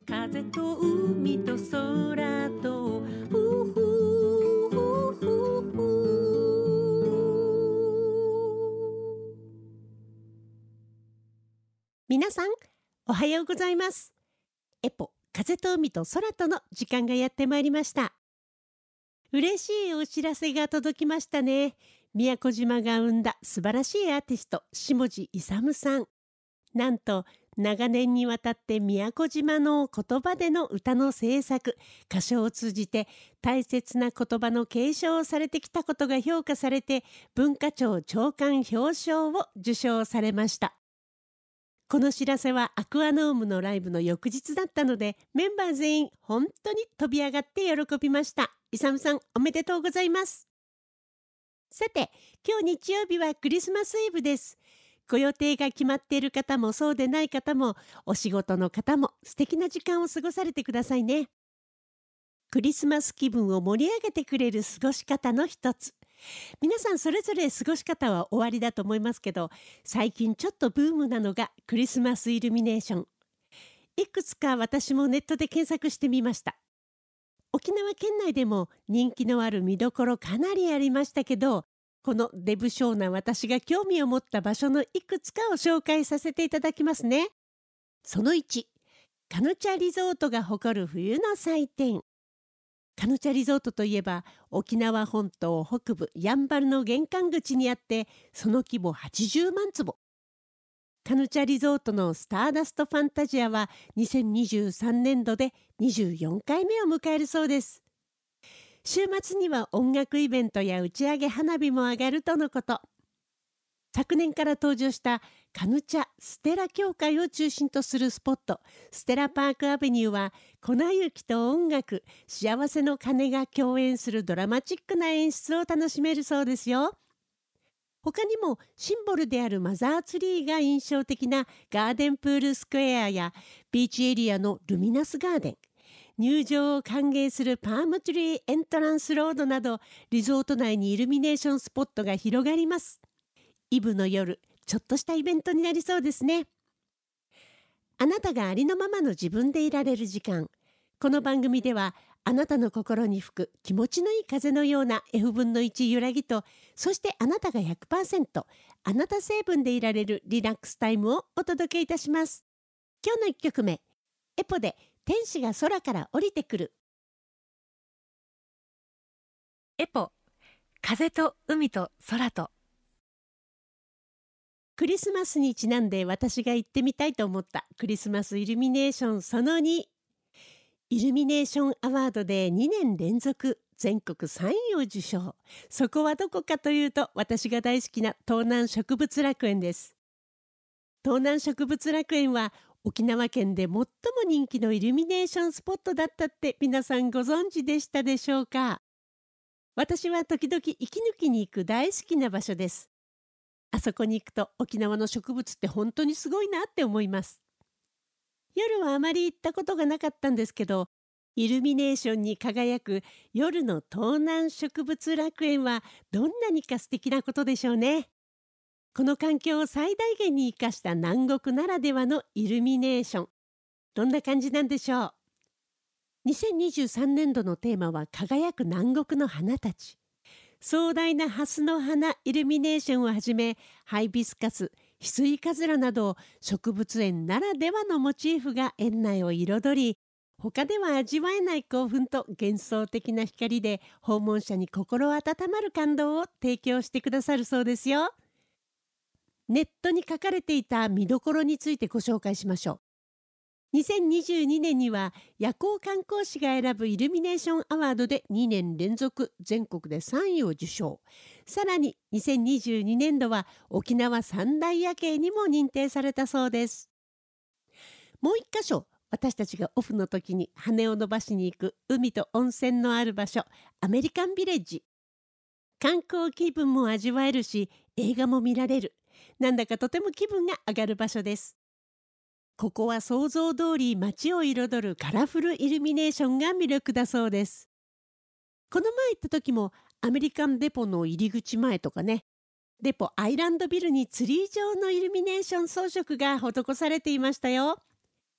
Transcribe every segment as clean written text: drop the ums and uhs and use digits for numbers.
風と海と空と皆さんおはようございます。エポ風と海と空との時間がやってまいりました。嬉しいお知らせが届きましたね。宮古島が生んだ素晴らしいアーティスト下地勇さん。なんと長年にわたって宮古島の言葉での歌の制作歌唱を通じて大切な言葉の継承をされてきたことが評価されて、文化庁長官表彰を受賞されました。この知らせはアクアノームのライブの翌日だったので、メンバー全員本当に飛び上がって喜びました。勇さんおめでとうございます。さて、今日日曜日はクリスマスイブです。ご予定が決まっている方もそうでない方も、お仕事の方も素敵な時間を過ごされてくださいね。クリスマス気分を盛り上げてくれる過ごし方の一つ。皆さんそれぞれ過ごし方は終わりだと思いますけど、最近ちょっとブームなのがクリスマスイルミネーション。いくつか私もネットで検索してみました。沖縄県内でも人気のある見どころかなりありましたけど、このデブ症な私が興味を持った場所のいくつかを紹介させていただきますね。その1、カヌチャリゾートが誇る冬の祭典。カヌチャリゾートといえば沖縄本島北部やんばるの玄関口にあって、その規模80万坪。カヌチャリゾートのスターダストファンタジアは2023年度で24回目を迎えるそうです。週末には音楽イベントや打ち上げ花火も上がるとのこと。昨年から登場したカヌチャステラ協会を中心とするスポット、ステラパークアベニューは粉雪と音楽、幸せの鐘が共演するドラマチックな演出を楽しめるそうですよ。他にもシンボルであるマザーツリーが印象的なガーデンプールスクエアやビーチエリアのルミナスガーデン、入場を歓迎するパームツリーエントランスロードなど、リゾート内にイルミネーションスポットが広がります。イブの夜、ちょっとしたイベントになりそうですね。あなたがありのままの自分でいられる時間。この番組ではあなたの心に吹く気持ちのいい風のような F 分の1揺らぎと、そしてあなたが 100% あなた成分でいられるリラックスタイムをお届けいたします。今日の1曲目、エポで天使が空から降りてくる。 エポ、風と海と空と。 クリスマスにちなんで私が行ってみたいと思ったクリスマスイルミネーションその2。イルミネーションアワードで2年連続全国3位を受賞。そこはどこかというと、私が大好きな東南植物楽園です。東南植物楽園は沖縄県で最も人気のイルミネーションスポットだったって皆さんご存知でしたでしょうか。私は時々息抜きに行く大好きな場所です。あそこに行くと沖縄の植物って本当にすごいなって思います。夜はあまり行ったことがなかったんですけど、イルミネーションに輝く夜の東南植物楽園はどんなにか素敵なことでしょうね。この環境を最大限に生かした南国ならではのイルミネーション。どんな感じなんでしょう。2023年度のテーマは輝く南国の花たち。壮大なハスの花イルミネーションをはじめ、ハイビスカス、ヒスイカズラなど植物園ならではのモチーフが園内を彩り、他では味わえない興奮と幻想的な光で訪問者に心温まる感動を提供してくださるそうですよ。ネットに書かれていた見どころについてご紹介しましょう。2022年には夜行観光士が選ぶイルミネーションアワードで2年連続全国で3位を受賞。さらに2022年度は沖縄三大夜景にも認定されたそうです。もう一箇所、私たちがオフの時に羽を伸ばしに行く海と温泉のある場所、アメリカンビレッジ。観光気分も味わえるし、映画も見られる。なんだかとても気分が上がる場所です。ここは想像通り街を彩るカラフルイルミネーションが魅力だそうです。この前行った時もアメリカンデポの入り口前とかね、デポアイランドビルにツリー状のイルミネーション装飾が施されていましたよ。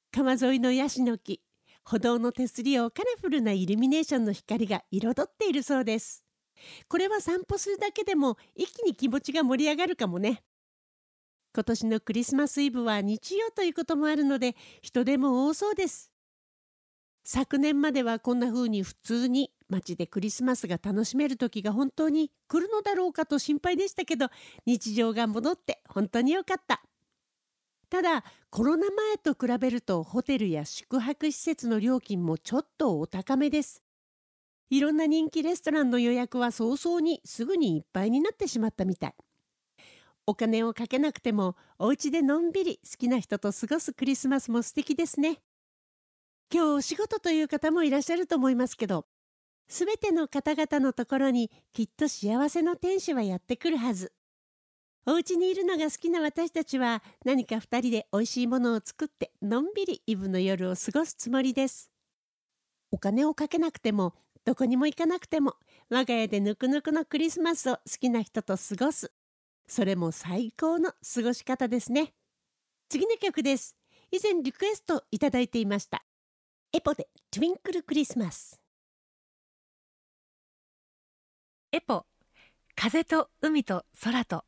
川沿いのヤシの木、歩道の手すりをカラフルなイルミネーションの光が彩っているそうです。これは散歩するだけでも一気に気持ちが盛り上がるかもね。今年のクリスマスイブは日曜ということもあるので、人出も多そうです。昨年まではこんな風に普通に街でクリスマスが楽しめる時が本当に来るのだろうかと心配でしたけど、日常が戻って本当に良かった。ただ、コロナ前と比べるとホテルや宿泊施設の料金もちょっとお高めです。いろんな人気レストランの予約は早々にすぐにいっぱいになってしまったみたい。お金をかけなくてもお家でのんびり好きな人と過ごすクリスマスも素敵ですね。今日お仕事という方もいらっしゃると思いますけど、すべての方々のところにきっと幸せの天使はやってくるはず。お家にいるのが好きな私たちは何か2人でおいしいものを作ってのんびりイブの夜を過ごすつもりです。お金をかけなくてもどこにも行かなくても我が家でぬくぬくのクリスマスを好きな人と過ごす。それも最高の過ごし方ですね。次の曲です。以前リクエストいただいていました。エポでトゥインクルクリスマス。 エポ、風と海と空と。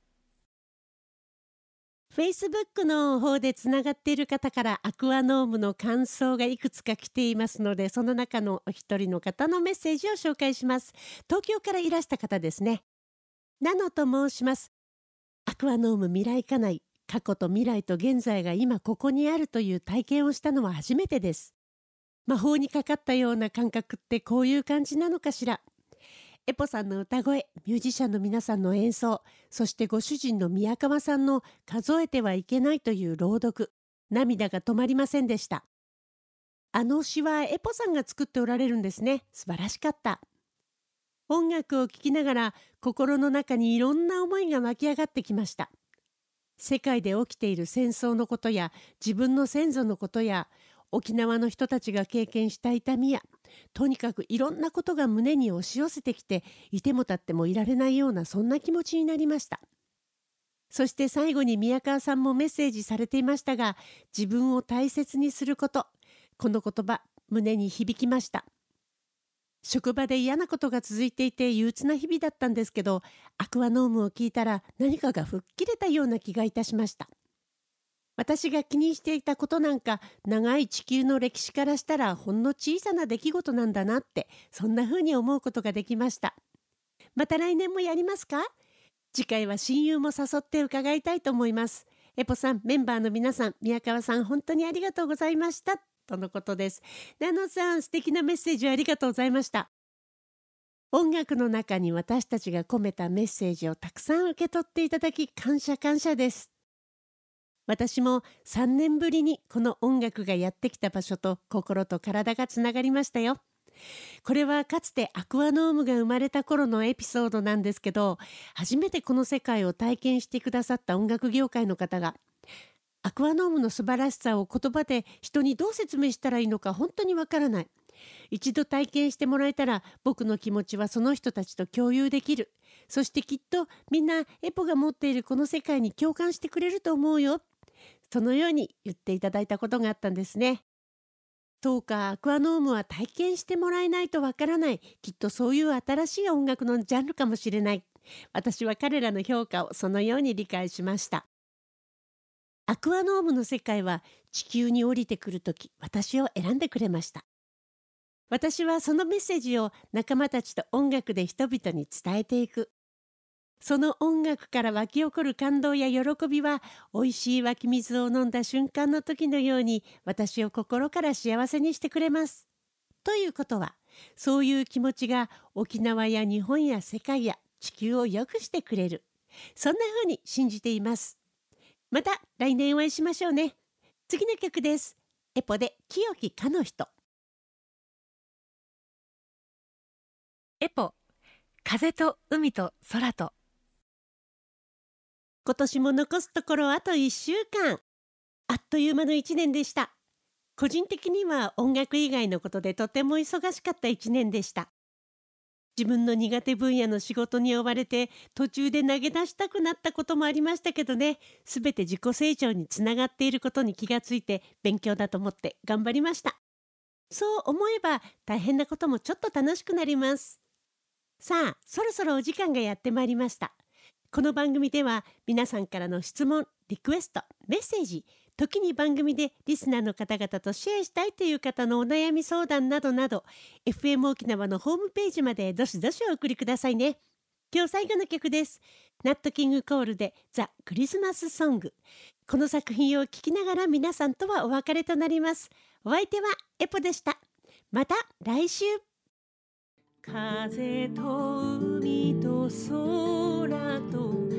Facebook の方でつながっている方からアクアノームの感想がいくつか来ていますので、その中のお一人の方のメッセージを紹介します。東京からいらした方ですね。ナノと申します。アクアノーム未来家内、過去と未来と現在が今ここにあるという体験をしたのは初めてです。魔法にかかったような感覚ってこういう感じなのかしら。エポさんの歌声、ミュージシャンの皆さんの演奏、そしてご主人の宮川さんの数えてはいけないという朗読、涙が止まりませんでした。あの詩はエポさんが作っておられるんですね。素晴らしかった。音楽を聴きながら心の中にいろんな思いが湧き上がってきました。世界で起きている戦争のことや自分の先祖のことや沖縄の人たちが経験した痛みや、とにかくいろんなことが胸に押し寄せてきて、いても立ってもいられないようなそんな気持ちになりました。そして最後に宮川さんもメッセージされていましたが、自分を大切にすること、この言葉胸に響きました。職場で嫌なことが続いていて憂鬱な日々だったんですけど、アクアノームを聞いたら何かが吹っ切れたような気がいたしました。私が気にしていたことなんか長い地球の歴史からしたらほんの小さな出来事なんだなって、そんな風に思うことができました。また来年もやりますか？次回は親友も誘って伺いたいと思います。エポさん、メンバーの皆さん、宮川さん、本当にありがとうございましたとのことです。ナノさん、素敵なメッセージをありがとうございました。音楽の中に私たちが込めたメッセージをたくさん受け取っていただき感謝です。私も3年ぶりにこの音楽がやってきた場所と心と体がつながりましたよ。これはかつてアクアノームが生まれた頃のエピソードなんですけど、初めてこの世界を体験してくださった音楽業界の方が、アクアノームの素晴らしさを言葉で人にどう説明したらいいのか本当にわからない。一度体験してもらえたら僕の気持ちはその人たちと共有できる。そしてきっとみんなエポが持っているこの世界に共感してくれると思うよ。そのように言っていただいたことがあったんですね。そうか、アクアノームは体験してもらえないとわからない。きっとそういう新しい音楽のジャンルかもしれない。私は彼らの評価をそのように理解しました。アクアノームの世界は地球に降りてくるとき、私を選んでくれました。私はそのメッセージを仲間たちと音楽で人々に伝えていく。その音楽から湧き起こる感動や喜びは、おいしい湧き水を飲んだ瞬間の時のように私を心から幸せにしてくれます。ということは、そういう気持ちが沖縄や日本や世界や地球を良くしてくれる。そんな風に信じています。また来年お会いしましょうね。次の曲です。エポで清きかの人。 エポ、風と海と空と。 今年も残すところあと1週間。あっという間の1年でした。個人的には音楽以外のことでとても忙しかった1年でした。 自分の苦手分野の仕事に追われて途中で投げ出したくなったこともありましたけどね、すべて自己成長につながっていることに気がついて勉強だと思って頑張りました。そう思えば大変なこともちょっと楽しくなります。さあ、そろそろお時間がやってまいりました。この番組では皆さんからの質問、リクエスト、メッセージ、時に番組でリスナーの方々とシェアしたいという方のお悩み相談などなど、FM 沖縄のホームページまでどしどしお送りくださいね。今日最後の曲です。ナットキングコールでザ・クリスマスソング。この作品を聴きながら皆さんとはお別れとなります。お相手はエポでした。また来週。風と海と空と